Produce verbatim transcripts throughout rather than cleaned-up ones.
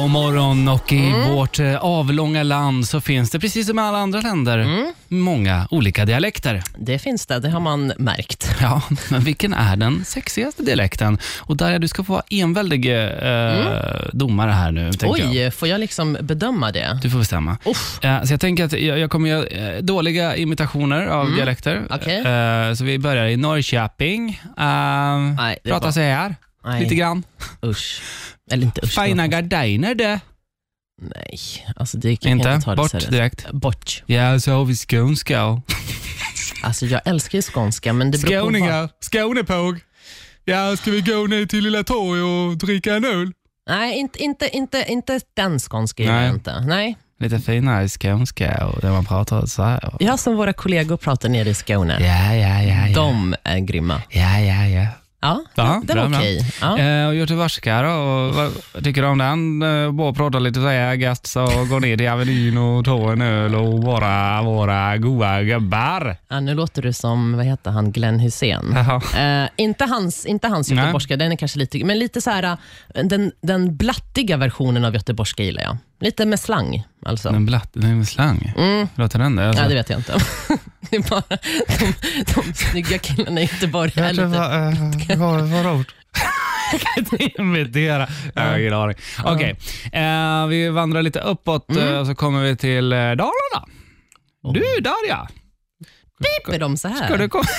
God morgon, och i mm. vårt avlånga land så finns det, precis som i alla andra länder, mm. många olika dialekter. Det finns det, det har man märkt. Ja, men vilken är den sexigaste dialekten? Och där du ska få vara enväldig eh, mm. domare här nu. Oj, jag. får jag liksom bedöma det? Du får bestämma. Eh, så jag tänker att jag, jag kommer göra eh, dåliga imitationer av mm. dialekter. Okay. Eh, så vi börjar i Norrköping. Eh, Nej, prata var... så här. Nej. Lite grann. Usch. Eller inte usch. Fina gardiner det. Nej, alltså det kan inte. Jag inte ta det bort seriöst. direkt. Bort. Ja, så har vi skånska. Alltså jag älskar ju skånska, men det beror på Skåningar, Skånepåg. Ja, ska vi gå ner till Lilla Torg och dricka en öl? Nej, inte, inte, inte, inte den skånska jag inte. Nej. Lite finare i skånska och där man pratar så här. Ja, som våra kollegor pratar nere i Skåne. Ja, ja, ja, ja. De är grymma. Ja, ja, ja. Ja, ja, det var okej. Ja. Eh, och göteborgska då, och vad tycker du om den? Eh, bara prata lite så här gäst, så gå ner till Avenyn och ta en öl och våra, våra goa gubbar. Ja, nu låter du som, vad heter han, Glenn Hussein. Eh, inte hans, inte hans göteborgska, den är kanske lite, men lite så här, den, den blattiga versionen av göteborgska gillar jag. Lite med slang, alltså. Den blatt, den är med slang? Mm. Låter den det? Alltså? Ja, det vet jag inte. Det är bara de, de snygga killarna i Göteborg. Jag tror det var vad roligt. Jag kan inte imitera. Jag har ingen aning. Okej, okay. uh, vi vandrar lite uppåt mm. uh, så kommer vi till uh, Dalarna. Oh. Du, Darja. Piper de så här? Ska du komma,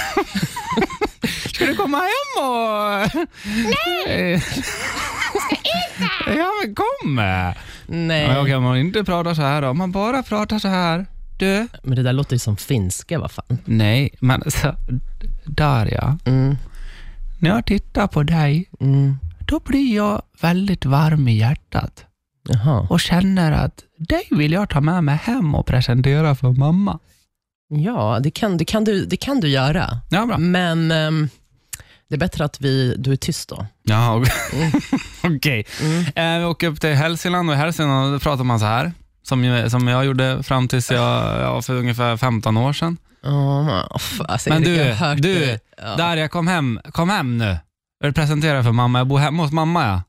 ska du komma hem och... Nej! Jag ska äta! Ja, men kom! Nej. Ja, kan man inte prata så här då? Man bara pratar så här. Du? Men det där låter ju som finska, vad fan? Nej, men så, Darja. Mm. När jag tittar på dig, mm. då blir jag väldigt varm i hjärtat. Jaha. Och känner att dig vill jag ta med mig hem och presentera för mamma. Ja, det kan, det kan, du, det kan du göra. Ja, bra. Men um, det är bättre att vi, du är tyst då. Ja, okej. Mm. Okay. Mm. Eh, vi åker upp till Hälsingland, och i Hälsingland pratar man så här. Som jag, som jag gjorde fram tills jag, ja, för ungefär femton år sedan. Oh, alltså, men du, du ja. där jag kom hem, kom hem nu. Jag vill presentera för mamma, jag bor hemma hos mamma, ja.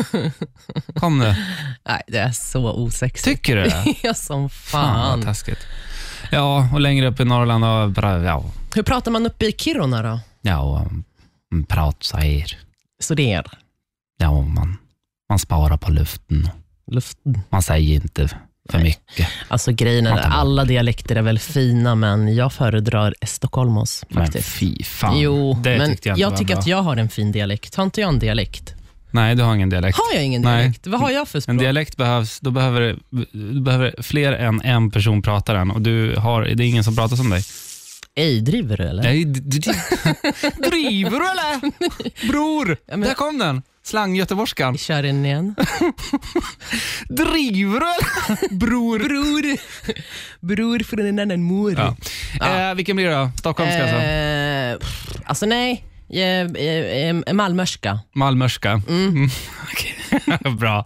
Kom nu. Nej, det är så osexigt. Tycker du det? Ja, som fan. Fan, vad taskigt. Ja, och längre upp i Norrland och, ja. Hur pratar man uppe i Kiruna då? Ja, man pratar så här. Så det är? Ja, man, man sparar på luften. Luften? Man säger inte för Nej. mycket. Alltså grejen är, alla dialekter är väl fina, men jag föredrar Stockholmos faktiskt. Men fy fan. Jo, det men jag, jag tycker bra. Att jag har en fin dialekt. Har inte jag en dialekt? Nej, du har ingen dialekt. Har jag ingen dialekt? Nej. Vad har jag för språk? En dialekt behövs, då behöver du behöver fler än en person prata den, och du har, det är ingen som pratar som dig. Ej, driver du eller? Nej, d- d- driver du eller? Bror, ja, men... där kom den. Slang göteborgskan. Kör den igen. Driver du eller? Bror. Bror. Bror från en annan mor. Ja. Ja. Eh, vilken blir det då? Stockholmska alltså? Eh, alltså nej. Eh, eh, Malmörska. Malmörska. Mm. Okay. Bra.